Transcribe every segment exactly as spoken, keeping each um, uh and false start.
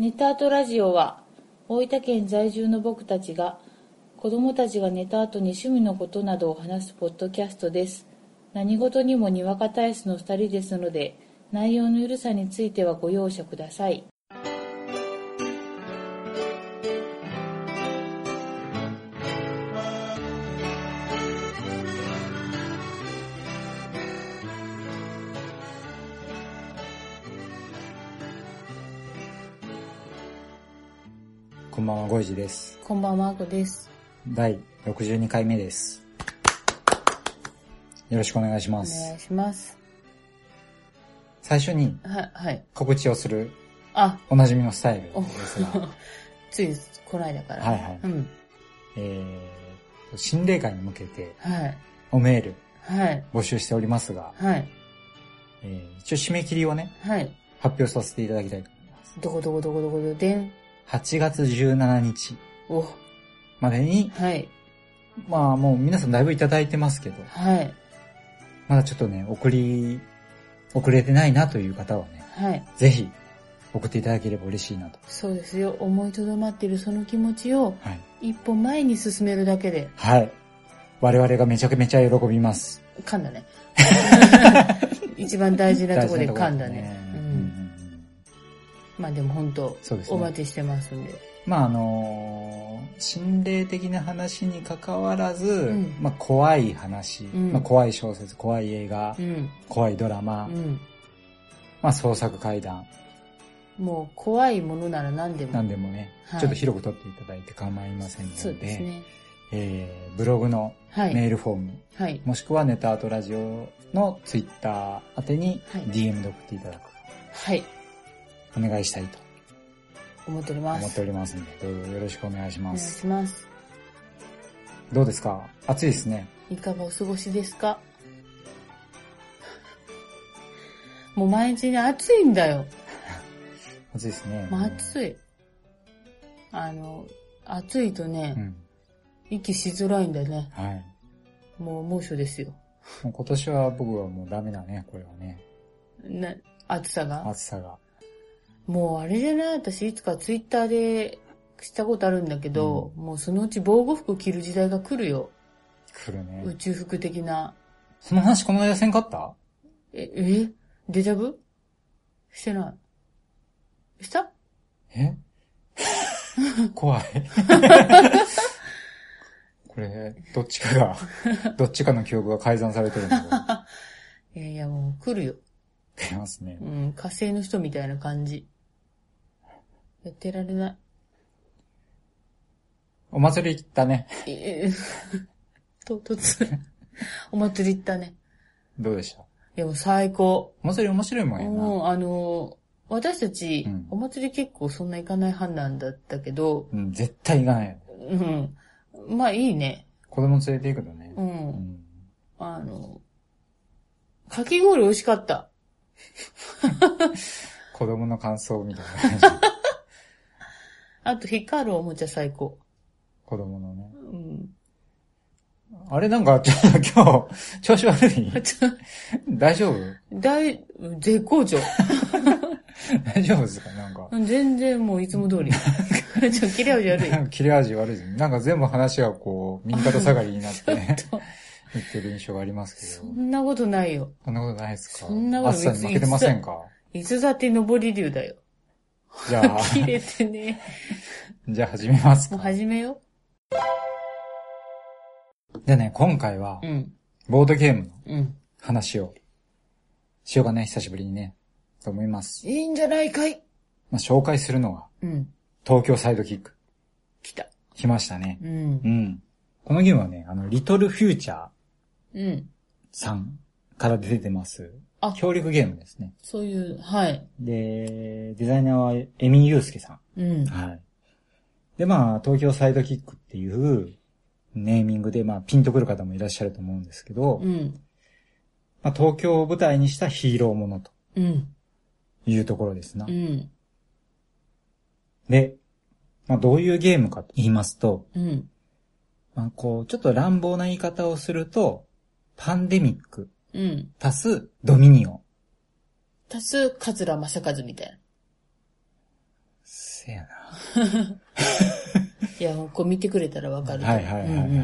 ネタアートラジオは大分県在住の僕たちが子どもたちが寝た後に趣味のことなどを話すポッドキャストです。何事にもにわか体質のふたりですので、内容のゆるさについてはご容赦ください。 こんばんは、ごいじです。 こんばんは、あこです。 だいろくじゅうにかいめです。よろしくお願いします。 お願いします。 最初には、はい。 告知をする、 あ、 おなじみのスタイルですが、 ついこの間から。 はいはい。 うん。 えー、心霊会に向けて、 はい。 おメール、 はい。 募集しておりますが、 はい。 えー、一応締め切りをね、 はい。 発表させていただきたいと思います。 どこどこどこどこどでん。 はちがつじゅうしちにちお、 までに、 はい。 まあもう皆さんだいぶいただいてますけど、 はい。 まだちょっとね、送り、送れてないなという方はね、 はい。 ぜひ送っていただければ嬉しいなと。 そうですよ。思いとどまっているその気持ちを、 はい。 一歩前に進めるだけで。 はい。我々がめちゃめちゃ喜びます。 噛んだね。一番大事なところで噛んだね。うんうんうん、まあでも本当、そうですね、お待ちしてますんで。 まああのー、心霊的な話に関わらず、うん、まあ怖い話、うん、まあ怖い小説、怖い映画、うん、怖いドラマ、うん、まあ創作怪談。 もう怖いものなら何でも。 何でもね、はい、ちょっと広く取っていただいて構いませんので、 そうですね。 えー、ブログのメールフォーム、はい、もしくはネタアートラジオのツイッター宛てに ディーエム で送っていただく。 はい。 お願いしたいと。 思っております。 思っておりますので、どうぞよろしくお願いします。 お願いします。 どうですか？暑いですね。 いかがお過ごしですか？もう毎日ね、暑いんだよ。 暑いですね。 まあ、暑い。あの、暑いとね、うん、息しづらいんだね。はい。もう猛暑ですよ。 もう今年は僕はもうダメだね、これはね。 な、暑さが？ 暑さが。もうあれじゃない？私いつかツイッターでしたことあるんだけど、うん、もうそのうち防護服着る時代が来るよ。 来るね。 宇宙服的な。 その話この間せんかった？ え、えデジャブ？してない。した？ え怖い。これ、どっちかが、どっちかの記憶が改ざんされてるんだけど。いやいや、もう来るよ。 来ますね。 うん、火星の人みたいな感じ。やってられない。 お祭り行ったね。 えー、唐突。お祭り行ったね。 どうでした？いやもう最高。 お祭り面白いもんやな。 うん、あの、私たち、うん、お祭り結構そんな行かない判断だったけど。 うん、絶対行かないよ。 うん。まあいいね。 子供連れて行くのね。 うん。うん、あの、かき氷美味しかった。 子供の感想みたいな感じ。 あと光るおもちゃ最高。 子供のね。うん。あれなんかちょっと今日調子悪い？大丈夫？ 大絶好調。 大丈夫ですか？なんか全然もういつも通り。ちょっと切れ味悪い。 切れ味悪いですね。なんか全部話がこう右肩下がりになって言ってる印象がありますけど。 そんなことないよ。 そんなことないですか？ そんなこと暑さに負けてませんか？ いつだって上り流だよ。 じゃあ切れてね。 じゃあ始めますか。 もう始めよう。 でね、今回は、うん、ボードゲームの話をしようかね、久しぶりにね、と思います。 いいんじゃないかい。 まあ、紹介するのは、うん、東京サイドキック。 来た。 来ましたね。 うん。うん。このゲームはね、あの、リトルフューチャーさんから出てます。あ、協力ゲームですね。 そういう、はい。 で、デザイナーはエミユースケさん。うん。はい。で、まあ、東京サイドキックっていう、ネーミングで、まあ、ピンとくる方もいらっしゃると思うんですけど、うん。まあ、東京を舞台にしたヒーローものと。うん。いうところですな。うん。で、まあ、どういうゲームかと言いますと、うん。まあ、こう、ちょっと乱暴な言い方をすると、パンデミック。うん。足すドミニオン。 足す桂正和みたいな。 せやな。 いや、こう見てくれたらわかる。 はいはいはいはい、はいうんうん。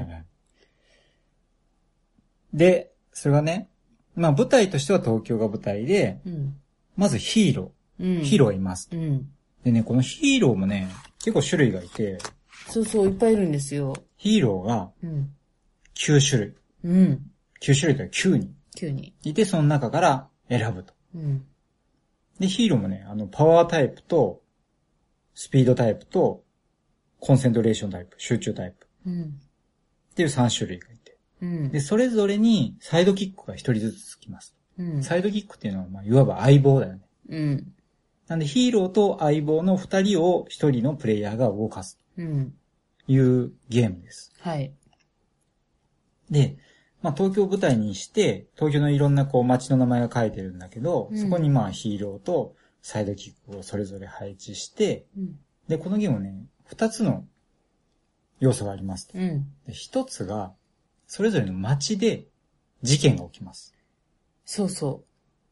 で、それがね、まあ舞台としては東京が舞台で、うん、まずヒーロー、うん。ヒーローがいます、うん。でね、このヒーローもね、結構種類がいて。 そうそう、いっぱいいるんですよ。 ヒーローがきゅう種類。うん。きゅう種類というきゅうにん。 きゅうにん。 いて、その中から選ぶと。うん。で、ヒーローもね、あの、パワータイプと、スピードタイプと、コンセントレーションタイプ、集中タイプ。うん。っていうさん種類がいて。うん。で、それぞれにサイドキックがひとりずつつきます。うん。サイドキックっていうのは、まあ、いわば相棒だよね。うん。なんで、ヒーローと相棒のふたりをひとりのプレイヤーが動かす。うん。いうゲームです。はい。で、まあ、東京を舞台にして、東京のいろんなこう街の名前が書いてるんだけど、うん、そこにまあヒーローとサイドキックをそれぞれ配置して、うん、で、このゲームね、二つの要素があります。うん、で一つが、それぞれの街で事件が起きます。そうそう。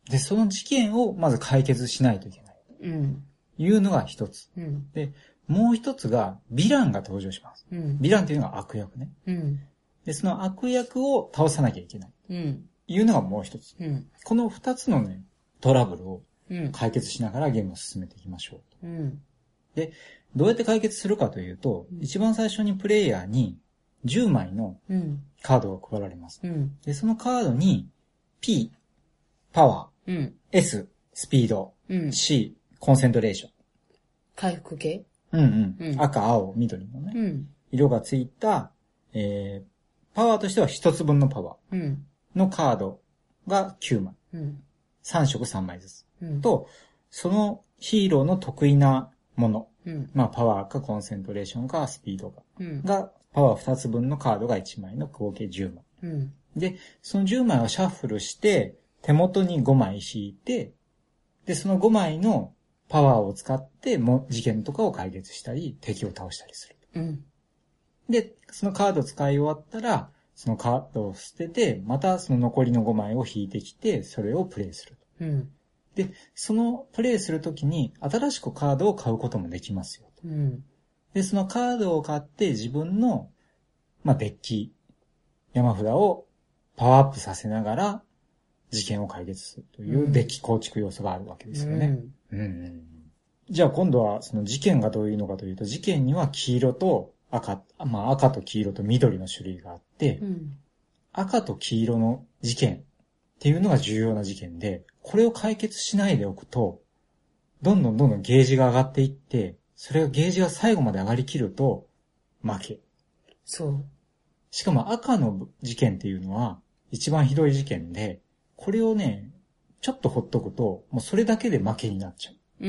で、その事件をまず解決しないといけない。うん。いうのが一つ。うん、で、もう一つが、ヴィランが登場します。うん、ヴィランっていうのは悪役ね。うん、で、その悪役を倒さなきゃいけない。うん、いうのがもう一つ。うん、この二つのね、トラブルを解決しながらゲームを進めていきましょう。うん、で、どうやって解決するかというと、うん、一番最初にプレイヤーにじゅうまいのカードが配られます。うん、で、そのカードに P、パワー、うん、S、スピード、うん、C、コンセントレーション。回復系うんうん。うん、赤、青、緑のね、うん、色がついた、えー、パワーとしては一つ分のパワーのカードがきゅうまい。うん、さん色さんまいずつ。うん、と、そのヒーローの得意なもの。うん、まあ、パワーかコンセントレーションかスピードか。うん、が、パワーふたつぶんのカードがいちまいの合計じゅうまい。うん、で、そのじゅうまいをシャッフルして、手元にごまい引いて、で、そのごまいのパワーを使っても事件とかを解決したり、敵を倒したりする。うん、で、そのカードを使い終わったら、そのカードを捨てて、またその残りのごまいを引いてきて、それをプレイする。うん、で、そのプレイするときに新しくカードを買うこともできますよ。うん、で、そのカードを買って自分の、まあ、デッキ、山札をパワーアップさせながら事件を解決するというデッキ構築要素があるわけですよね。うんうんうん、じゃあ今度はその事件がどういうのかというと、事件には黄色と赤、まあ赤と黄色と緑の種類があって、うん、赤と黄色の事件っていうのが重要な事件で、これを解決しないでおくと、どんどんどんどんゲージが上がっていって、それがゲージが最後まで上がりきると負け。そう。しかも赤の事件っていうのは一番ひどい事件で、これをね、ちょっとほっとくと、もうそれだけで負けになっちゃう。うん。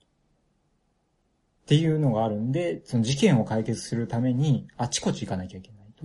っていうのがあるんで、その事件を解決するためにあちこち行かなきゃいけないと。うん。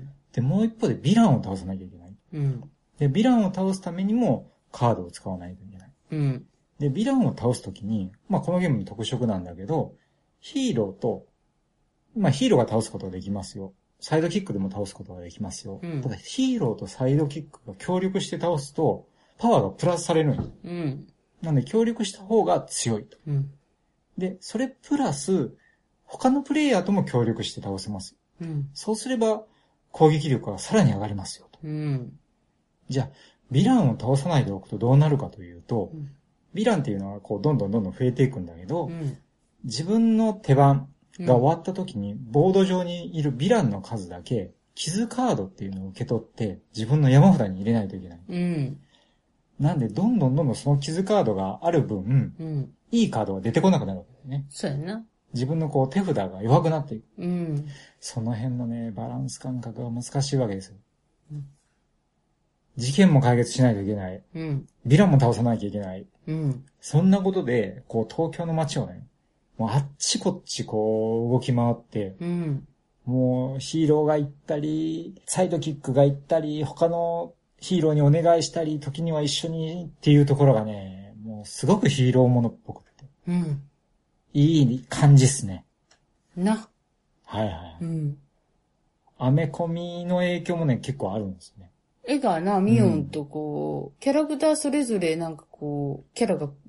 で、もう一方でヴィランを倒さなきゃいけない。うん。で、ヴィランを倒すためにもカードを使わないといけない。うん。で、ヴィランを倒すときに、まあこのゲームの特色なんだけど、ヒーローと、まあヒーローが倒すことができますよ。サイドキックでも倒すことができますよ。うん、ただヒーローとサイドキックが協力して倒すと、パワーがプラスされるんよ。うん。なんで協力した方が強いと。うん。で、それプラス、他のプレイヤーとも協力して倒せます。うん。そうすれば、攻撃力がさらに上がりますよと。うん。じゃあ、ヴィランを倒さないでおくとどうなるかというと、うん、ヴィランっていうのはこうどんどんどんどん増えていくんだけど、うん、自分の手番が終わった時に、ボード上にいるヴィランの数だけ、傷カードっていうのを受け取って、自分の山札に入れないといけない。うん。なんで、どんどんどんどんその傷カードがある分、うん、いいカードが出てこなくなるわけですね。そうやな。自分のこう手札が弱くなっていく。うん。その辺のね、バランス感覚が難しいわけですよ。うん、事件も解決しないといけない。うん。ヴィランも倒さなきゃいけない。うん。そんなことで、こう東京の街をね、もうあっちこっちこう動き回って、うん、もうヒーローが行ったり、サイドキックが行ったり、他のヒーローにお願いしたり、時には一緒にっていうところがね、もうすごくヒーローものっぽくて。うん。いい感じっすね。な。はいはい。うん。アメコミの影響もね、結構あるんですね。絵がな、ミオンとこう、うん、キャラクターそれぞれなんかこう、キャラが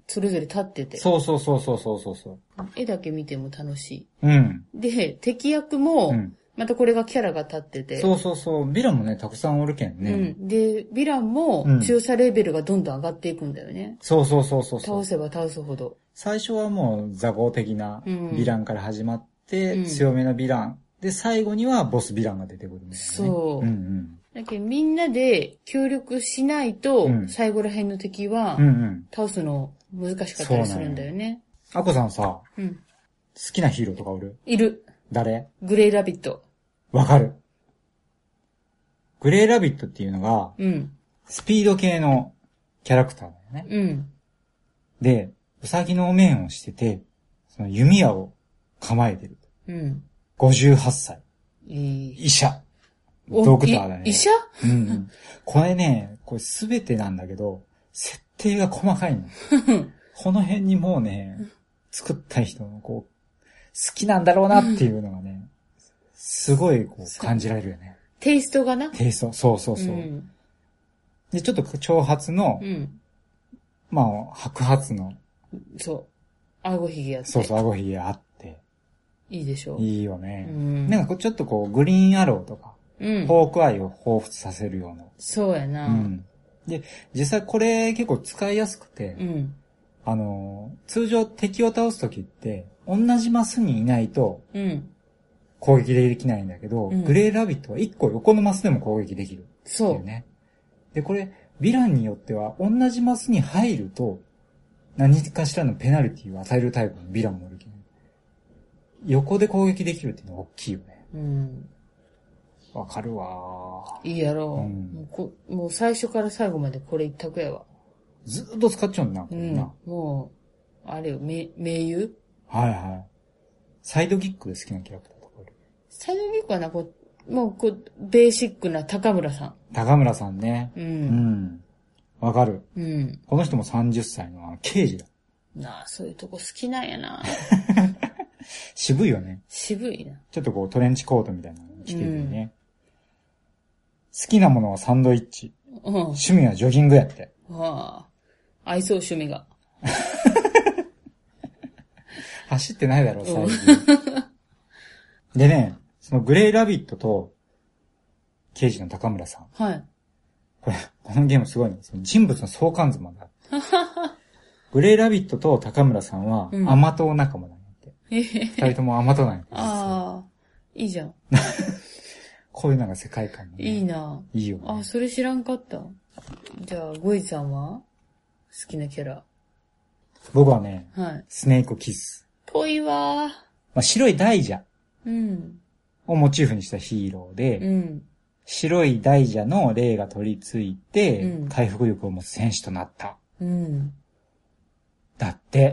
それぞれ立ってて。 そうそうそうそうそうそうそう。 絵だけ見ても楽しい。 うん。 で、敵役も、またこれがキャラが立ってて。 そうそうそう。ヴィランもね、たくさんおるけんね。 うん。で、ヴィランも強さレベルがどんどん上がっていくんだよね。 そうそうそうそう。 倒せば倒すほど。 最初はもう雑魚的なヴィランから始まって、うん、強めのヴィラン。で、最後にはボスヴィランが出てくるみたいな、ね。 そう。うんうん。だけどみんなで協力しないと、うん、最後ら辺の敵は、倒すの難しかったりするんだよね。 あこさんさ、うん、好きなヒーローとかおる？ いる。 誰？ グレイラビット。 わかる。グレイラビットっていうのが、うん、スピード系のキャラクターだよね。うん、で、ウサギのお面をしてて、その弓矢を構えてる。うん、ごじゅうはっさい。えー、医者。ドクターだね。 医者？ うん。これね、これすべてなんだけど、設定が細かいの。この辺にもうね、作った人のこう、好きなんだろうなっていうのがね、すごいこう感じられるよね。 テイストがな。 テイスト、そうそうそう。うん、で、ちょっと長髪の、うん、まあ、白髪の。 そう。顎ひげあって。 そうそう、顎ひげあって。 いいでしょ。 いいよね。うん、なんかちょっとこう、グリーンアローとか、うん、ホークアイを彷彿させるような。 そうやな。うん。 で、実際これ結構使いやすくて、うん、あの、通常敵を倒すときって、同じマスにいないと、攻撃できないんだけど、うん、グレイラビットはいっこ横のマスでも攻撃できる。そう。ね。で、これ、ヴィランによっては、同じマスに入ると、何かしらのペナルティを与えるタイプのヴィランもいるけど、横で攻撃できるっていうのは大きいよね。うん。わかるわー。いいやろう。うん、もうこ。もう最初から最後までこれ一択やわ。 ずーっと使っちゃうんだな、これな。 うん、もう、あれよ、め、名優？ はいはい。サイドキックで好きなキャラクターとかいる？ サイドキックはな、こう、もうこう、ベーシックな高村さん。 高村さんね。うん。うん。わかる。うん。この人もさんじゅっさいの刑事だ。 なあ、そういうとこ好きなんやな。 渋いよね。 渋いな。 ちょっとこうトレンチコートみたいなの着てるよね。うん、好きなものはサンドイッチ。うん、趣味はジョギングやって。 はあ。合いそう趣味が。 走ってないだろ、最近。でね、そのグレイラビットと、刑事の高村さん。はい。これ、このゲームすごいんですよ。人物の相関図まであって。グレイラビットと高村さんは、甘党仲間なんやって。二、うん、人とも甘党なんやって。 ああ、いいじゃん。 こういうのが世界観、ね。 いいな。 いいよ、ね。 あ、それ知らんかった。じゃあ、ゴイさんは好きなキャラ。 僕はね、はい、スネークキス。 ぽいわー。 まあ、白い大蛇。うん。をモチーフにしたヒーローで、うん。白い大蛇の霊が取り付いて、うん、回復力を持つ戦士となった。うん。だって。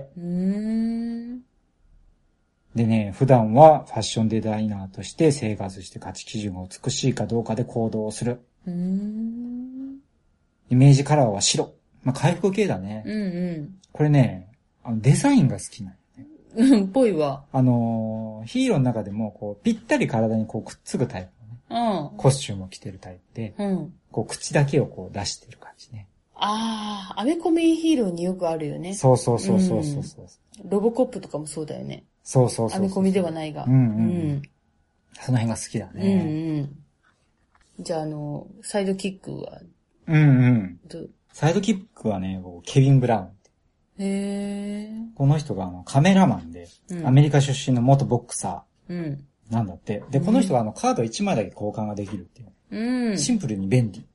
うーん。でね、普段はファッションデザイナーとして生活して価値基準が美しいかどうかで行動をする。うーん。イメージカラーは白。まあ、回復系だね。うんうん。これね、あのデザインが好きなのね。 うん、ぽいわ。 あのー、ヒーローの中でも、こう、ぴったり体にこうくっつくタイプのね。うん。コスチュームを着てるタイプで、うん。こう、口だけをこう出してる感じね。 ああ、アメコミヒーローによくあるよね。 そうそうそうそうそうそう、 うん。ロボコップとかもそうだよね。 そうそうそうそう。 アメコミではないが。 うんうん。うん、その辺が好きだね。 うんうん。じゃあ、あの、サイドキックはうんうん。サイドキックはね、ケビン・ブラウン。 へー。 この人があのカメラマンで、うん、アメリカ出身の元ボクサーなんだって。うん、で、この人はあのカードいちまいだけ交換ができるっていう。うん、シンプルに便利。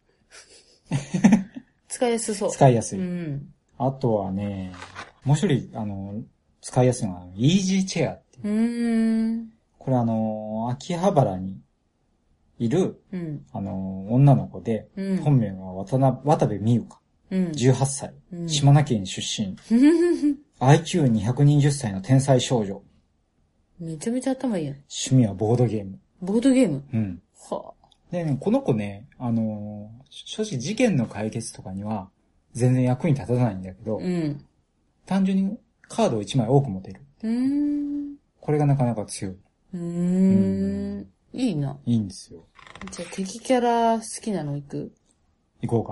使いやすそう。 使いやすい。うん、あとはね、もう一人、あの、使いやすいのは、イージーチェアっていう。うん、これあの、秋葉原にいる、うん、あの、女の子で、うん、本名は渡辺、渡部美優香。うん、じゅうはっさい、うん、島根県出身。アイキューにひゃくにじゅっさいの天才少女。 めちゃめちゃ頭いいやん。 趣味はボードゲーム。 ボードゲーム？ うん。はあ。でね、この子ね、あのー、正直事件の解決とかには全然役に立たないんだけど、うん、単純にカードをいちまい多く持てる。うーん、これがなかなか強い。 うーん、うんいいな。 いいんですよ。 じゃあ敵キャラ好きなの行く？ 行こうか。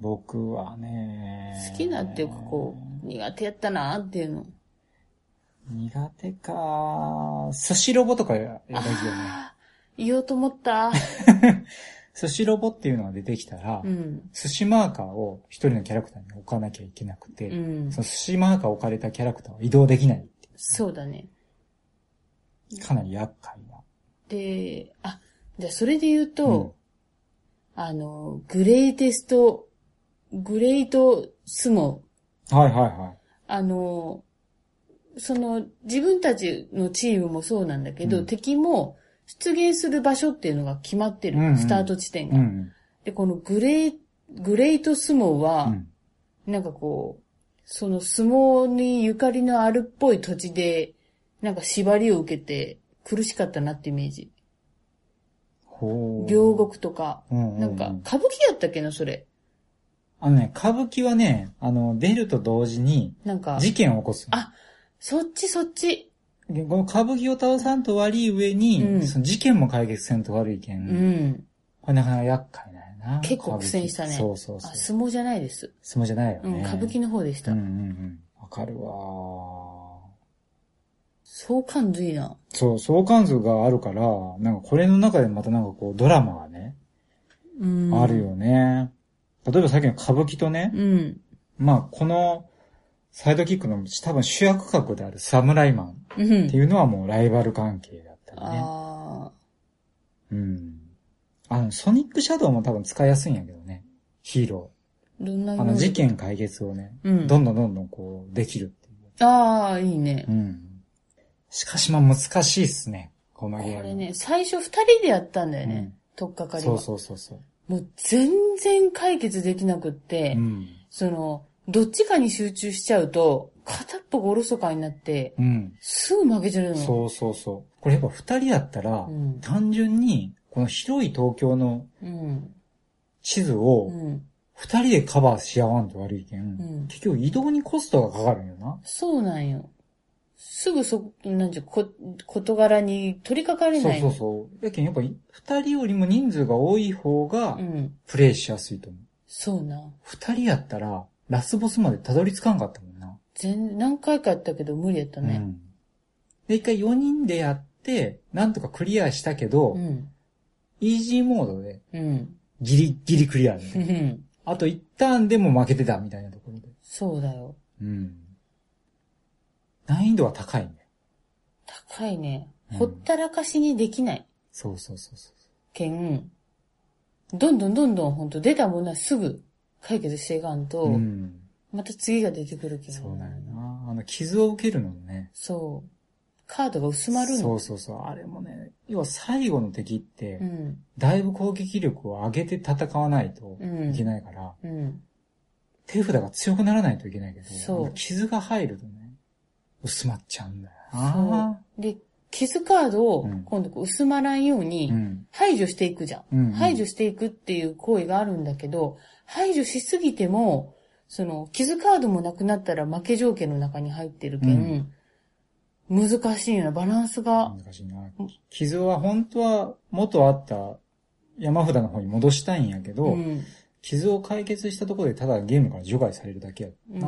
僕はね。 好きなっていうかこう、苦手やったなっていうの。 苦手か。寿司ロボとかやりたいよね。 言おうと思った。 寿司ロボっていうのが出てきたら、うん、寿司マーカーを一人のキャラクターに置かなきゃいけなくて、うん、その寿司マーカーを置かれたキャラクターは移動できないっていう、ね。 そうだね。 かなり厄介な。 で、あ、じゃあそれで言うと、うん、あの、グレイテスト、グレイトスモ。 はいはいはい。 あの、その、自分たちのチームもそうなんだけど、うん、敵も出現する場所っていうのが決まってる。うんうん、スタート地点が。うんうん、で、このグレイ、グレイトスモは、うん、なんかこう、その相撲にゆかりのあるっぽい土地で、なんか縛りを受けて苦しかったなってイメージ。 ほう。 両国とか、 うんうんうん。 なんか、歌舞伎やったっけな、それ。 あのね、歌舞伎はね、あの、出ると同時に、なんか、事件を起こす。 あ、そっちそっち。 この歌舞伎を倒さんと悪い上に、うん、その事件も解決せんと悪いけん。うん。これなかなか厄介なんやな。 結構苦戦したね。 そうそうそう。 あ、相撲じゃないです。 相撲じゃないよね。 うん、歌舞伎の方でした。 うんうんうん。わかるわ。 相関図いいな。 そう、相関図があるから、なんかこれの中でまたなんかこうドラマがね、うん、あるよね。例えばさっきの歌舞伎とね、うん、まあこのサイドキックの多分主役格であるサムライマンっていうのはもうライバル関係だったりね。あうん。あの、ソニックシャドウも多分使いやすいんやけどね。ヒーロー。どんなあの事件解決をね、うん、どんどんどんどんこうできるっていう。 ああ、いいね。 うん。しかしまあ難しいっすね。このゲーム。 これね、最初二人でやったんだよね。うん、とっかかりは。 そうそうそうそう。 もう全然解決できなくって、うん、その、どっちかに集中しちゃうと、片っぽがおろそかになって、うん、すぐ負けちゃうの。 そうそうそう。これやっぱ二人だったら、うん、単純に、この広い東京の地図を、二人でカバーし合わんと悪いけん、うん、結局移動にコストがかかるんよな。 そうなんよ。すぐそ、なんじゃ、こ、事柄に取り掛かれないの。そうそうそう。だけどやっぱり二人よりも人数が多い方が、プレイしやすいと思う。うん、 そうな。 二人やったら、ラスボスまでたどり着かんかったもんな。 全、何回かやったけど無理やったね。うん。 で、一回よにんでやって、なんとかクリアしたけど、うん、イージーモードで、うん、ギリギリクリアみたいな。うん、あと一ターンでも負けてたみたいなところで。 そうだよ。 うん。難易度は高いね。 高いね。ほったらかしにできない。うん、 そうそうそうそう。 けん、どんどんどんどんほんと出たものはすぐ解決していかんと、うん、また次が出てくるけど。 そうだよな。あの、傷を受けるのね。 そう。カードが薄まるの。 そうそうそう。あれもね、要は最後の敵って、うん、だいぶ攻撃力を上げて戦わないといけないから、うんうん、手札が強くならないといけないけど、そう傷が入るとね、薄まっちゃうんだよな。 そう。で、傷カードを今度薄まらんように排除していくじゃん。うんうん、排除していくっていう行為があるんだけど、排除しすぎても、その、傷カードもなくなったら負け条件の中に入ってるけん、うん、難しいよな、バランスが。 難しいな。傷は本当は元あった山札の方に戻したいんやけど、うん、傷を解決したところでただゲームから除外されるだけやな。うん、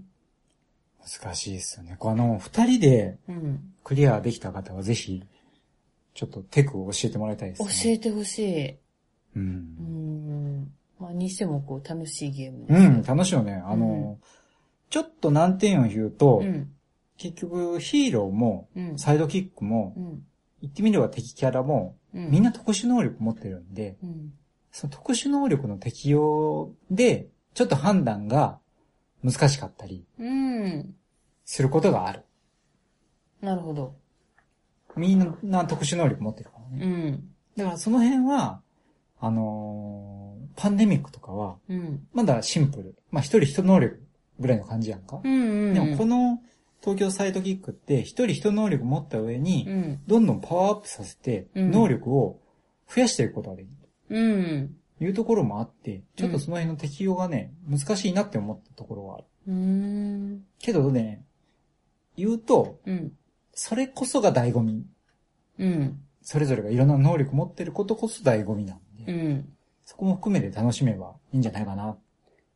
難しいですよね。あの、二人でクリアできた方はぜひ、ちょっとテクを教えてもらいたいですね。 教えてほしい。うん。うんまあ、にしてもこう楽しいゲームです。うん、楽しいよね。あの、うん、ちょっと難点を言うと、うん、結局ヒーローも、サイドキックも、うん、言ってみれば敵キャラも、うん、みんな特殊能力持ってるんで、うん、その特殊能力の適用で、ちょっと判断が難しかったり、することがある。 うん、なるほど。 みんな特殊能力持ってるからね。うん、だからその辺は、あのー、パンデミックとかは、まだシンプル。まあ、一人一能力ぐらいの感じやんか。うんうんうん、でもこの東京サイドキックって一人一能力持った上に、うん、どんどんパワーアップさせて、能力を増やしていくことができる。うん。いうところもあって、ちょっとその辺の適用がね、難しいなって思ったところがある。うん。けどね、言うと、うん、それこそが醍醐味。うん。それぞれがいろんな能力持ってることこそ醍醐味なんで、うん、そこも含めて楽しめばいいんじゃないかな。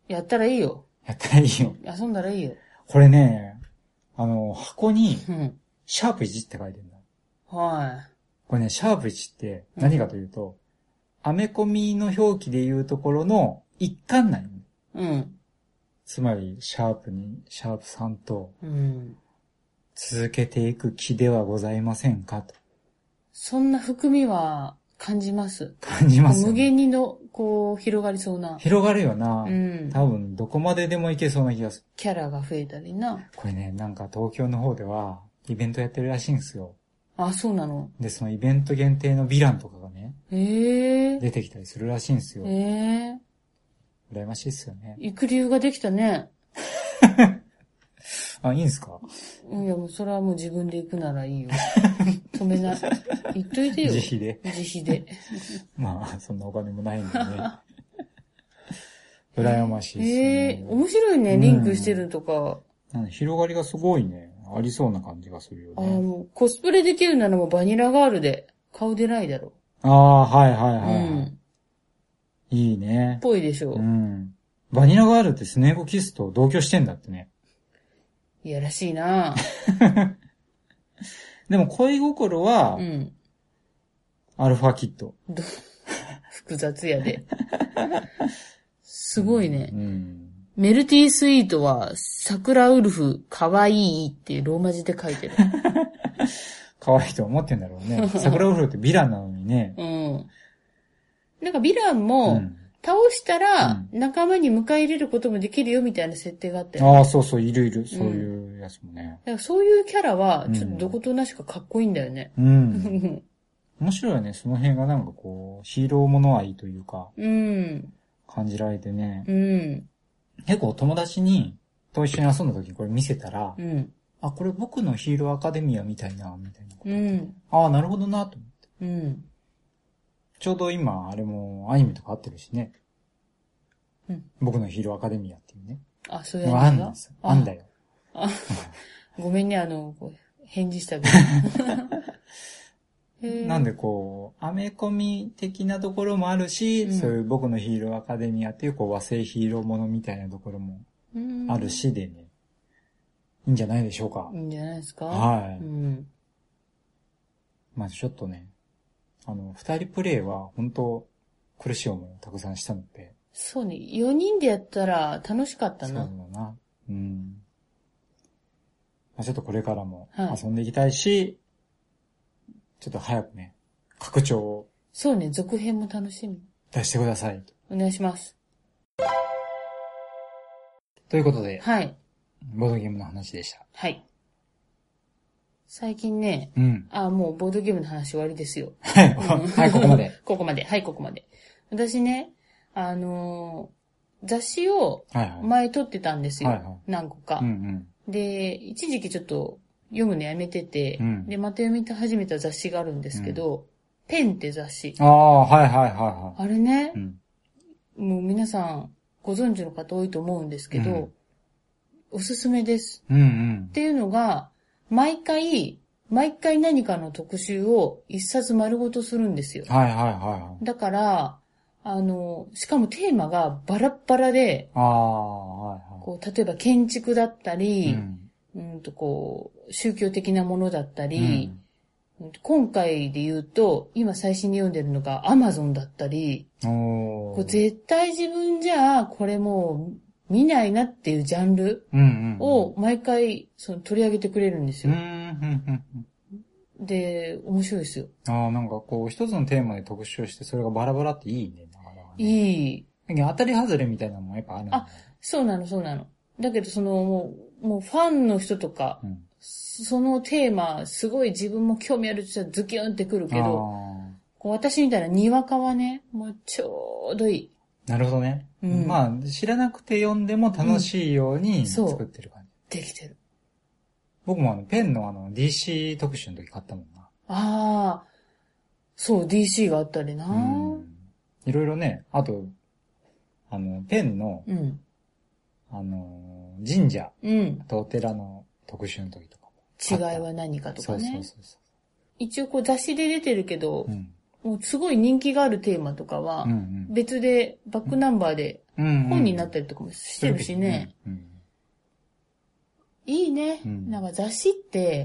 やったらいいよ。 やったらいいよ。 遊んだらいいよ。 これね、あの、箱に、シャープいちって書いてるんだ。 はい。 これね、シャープいちって何かというと、うん、アメコミの表記でいうところの一環内。うん。つまり、シャープに、シャープさんと、うん、続けていく気ではございませんかと。 そんな含みは感じます。 感じます、 ね。無限にの、こう、広がりそうな。 広がるよな。うん。多分、どこまででもいけそうな気がする。 キャラが増えたりな。 これね、なんか東京の方では、イベントやってるらしいんですよ。 あ、そうなの？ で、そのイベント限定のヴィランとかがね、 へー。 出てきたりするらしいんですよ。 へー。 羨ましいっすよね。 行く理由ができたね。 あ、いいんすか？ いや、もうそれはもう自分で行くならいいよ。止めな、言っといてよ。 自費で。 自費で。 まあ、そんなお金もないんでね。羨ましいっすね。 ええー、面白いね、リンクしてるとか。 うん、広がりがすごいね。ありそうな感じがするよね。 ああ、もうコスプレできるならもうバニラガールで顔出ないだろ。 ああ、はいはいはい、はい。うん。いいね。 ぽいでしょう。 うん。バニラガールってスネークキスと同居してんだってね。 いやらしいなでも恋心は、うん。アルファキッド。 複雑やで。すごいね。うん。メルティースイートは、桜ウルフ、かわいいってローマ字で書いてる。 かわいいと思ってんだろうね。桜ウルフってヴィランなのにね。 うん。なんかヴィランも、うん、倒したら、仲間に迎え入れることもできるよみたいな設定があって、 ね、ああ、そうそう、いるいる。そういうやつもね。 だからそういうキャラは、ちょっとどことなしかかっこいいんだよね。うん。 面白いよね。その辺がなんかこう、ヒーローもの愛というか、うん。感じられてね。うん。結構友達に、と一緒に遊んだ時にこれ見せたら、うん。あ、これ僕のヒーローアカデミアみたいな、みたいなこと、うん。ああ、なるほどな、と思って。うん。ちょうど今、あれもアニメとか合ってるしね。うん。僕のヒーローアカデミアっていうね。 あ、そういうアニメがあんです。あんだよ。 あ、ごめんね、あの、返事したけど。なんでこう、アメコミ的なところもあるし、うん、そういう僕のヒーローアカデミアっていうこう和製ヒーローものみたいなところもあるしでね、いいんじゃないでしょうか。 いいんじゃないですか。 はい。うん、まあちょっとね、あの、二人プレイは本当苦しい思いをたくさんしたので。 そうね、四人でやったら楽しかったな。 そうだな。うん。まあ、ちょっとこれからも遊んでいきたいし、はい、ちょっと早くね、拡張を。 そうね、続編も楽しみ。 出してください。 お願いします。 ということで、 はい。 ボードゲームの話でした。 はい。最近ね、うん。あ、もうボードゲームの話終わりですよ。 はい、はい、ここまで。 ここまで、はい、ここまで。私ね、あのー、雑誌を前撮ってたんですよ。はいはい、何個か、うんうん。で、一時期ちょっと読むのやめてて、うん、で、また読み始めた雑誌があるんですけど、うん、ペンって雑誌。 ああ、はいはいはいはい。 あれね、うん、もう皆さんご存知の方多いと思うんですけど、うん、おすすめです、うんうん。っていうのが、毎回、毎回何かの特集を一冊丸ごとするんですよ。 はいはいはい。 だから、あの、しかもテーマがバラッバラで、あはいはい、こう例えば建築だったり、うん、うんとこう宗教的なものだったり、うん、今回で言うと、今最新に読んでるのがアマゾンだったり、こう絶対自分じゃこれもう見ないなっていうジャンルを毎回その取り上げてくれるんですよ。うんうんうん、で、面白いですよ。 ああ、なんかこう一つのテーマで特集してそれがバラバラっていいね。 いい。 当たり外れみたいなのもやっぱあるんだ、ね。 あ、そうなのそうなの。だけどそのもう、もうファンの人とか、うん、そのテーマすごい自分も興味ある人はズキュンってくるけど、こう私みたいなにわかはね、もうちょうどいい。 なるほどね。うん、まあ知らなくて読んでも楽しいように作ってる感じ。うん、できてる。 僕もあのペンのあの ディーシー 特集の時買ったもんな。ああ、そう ディーシー があったりな。うんいろいろね、あと、あの、ペンの、うん、あの、神社とお寺の特集の時とかも。違いは何かとかね。そうそうそうそう。一応こう雑誌で出てるけど、うん、もうすごい人気があるテーマとかは、別でバックナンバーでうんうん、本になったりとかもしてるしね。うん、いいね、うん。なんか雑誌って、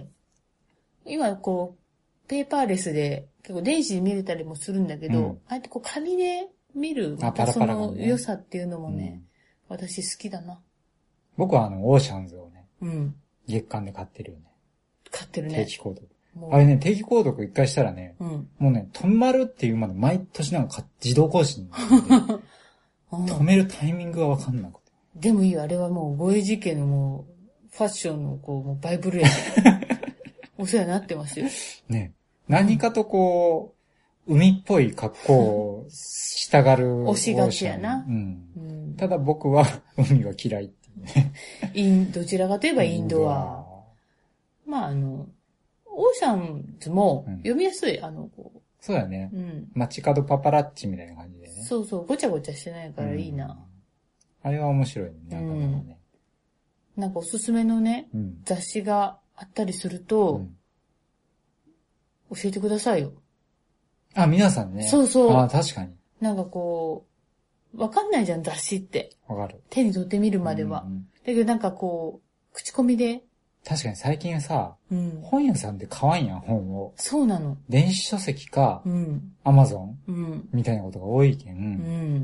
今こう、ペーパーレスで結構電子で見れたりもするんだけど、うん、ああやってこう紙で見る、またその良さっていうのもね、うん、私好きだな。 僕はあの、オーシャンズをね、うん、月間で買ってるよね。 買ってるね。 定期購読。あれね、定期購読一回したらね、うん、もうね、止まるっていうまで毎年なんか自動更新なんで、止めるタイミングがわかんなくて。 でもいいよ、あれはもう、ボエジ家のもう、ファッションのこう、もうバイブルやお世話になってますよ。 ね。何かとこう、海っぽい格好をしたがる。 押しがちやな。 うん。うん、ただ僕は海は嫌いっていうね。 イン、どちらかといえばインドア。まああの、オーシャンズも読みやすい、うん、あの、こう。 そうだね。うん。街角パパラッチみたいな感じでね。 そうそう、ごちゃごちゃしてないからいいな。うん、 あれは面白いね、なかなかね。 うん、なんかおすすめのね、うん、雑誌があったりすると、うん、教えてくださいよ。 あ、皆さんね。 そうそう。 あ、確かに。 なんかこう、わかんないじゃん、雑誌って。 わかる。 手に取ってみるまでは。うんうん、だけどなんかこう、口コミで。 確かに最近さ、うん、本屋さんで買わんやん、本を。 そうなの。 電子書籍か、うん、アマゾン、うん、みたいなことが多いけん、うん、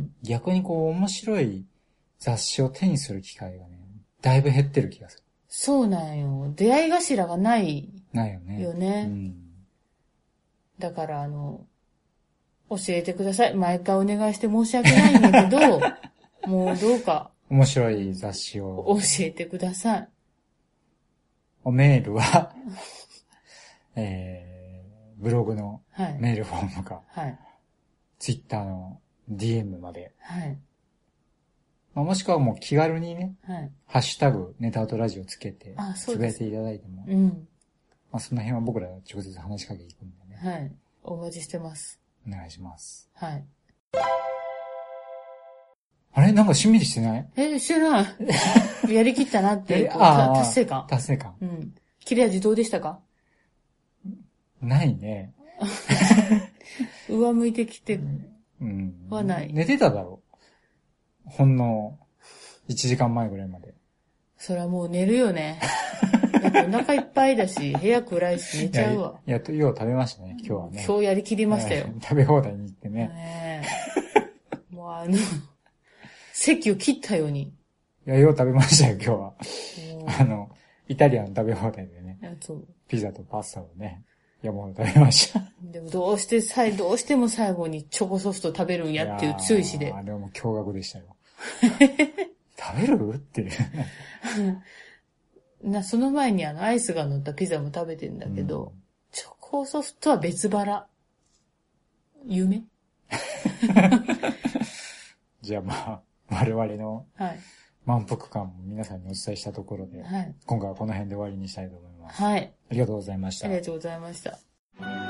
逆にこう面白い雑誌を手にする機会がね、だいぶ減ってる気がする。 そうなんよ。出会い頭がない。 ないよね。 よね。うん、だからあの、教えてください。毎回お願いして申し訳ないんだけど、もうどうか。 面白い雑誌を。 教えてください。 おメールは、えー、ブログのメールフォームか、はい、ツイッターの ディーエム まで、はい、まあ、もしくはもう気軽にね、はい、ハッシュタグネタアウトラジオつけて、つぶやいていただいても、うん、まあ、その辺は僕ら直接話しかけていくんでね。 はい。お待ちしてます。 お願いします。 はい。 あれなんかしんみりしてない？ え、してない。やりきったなっていう、達成感。 達成感。 うん。切れ味どうでしたか？ ないね。 上向いてきてはない、 うん。寝てただろう。ほんのいちじかんまえぐらいまで。 それはもう寝るよね。だってお腹いっぱいだし、部屋暗いし寝ちゃうわ。 いや、よう食べましたね、今日はね。 今日やりきりましたよ。 食べ放題に行ってね。 ねえもうあの、席を切ったように。いや、よう食べましたよ、今日は。あの、イタリアン食べ放題でね。そう。ピザとパスタをね、山ほど食べました。 でもどうしてさい、どうしても最後にチョコソフト食べるんやっていう強い意志で。 あ、でも驚愕でしたよ。食べるっていう。 な、その前にあの、アイスが乗ったピザも食べてんだけど、うん、チョコソフトは別腹。夢じゃあまあ、我々の満腹感も皆さんにお伝えしたところで、はい、今回はこの辺で終わりにしたいと思います。はい。ありがとうございました。 ありがとうございました。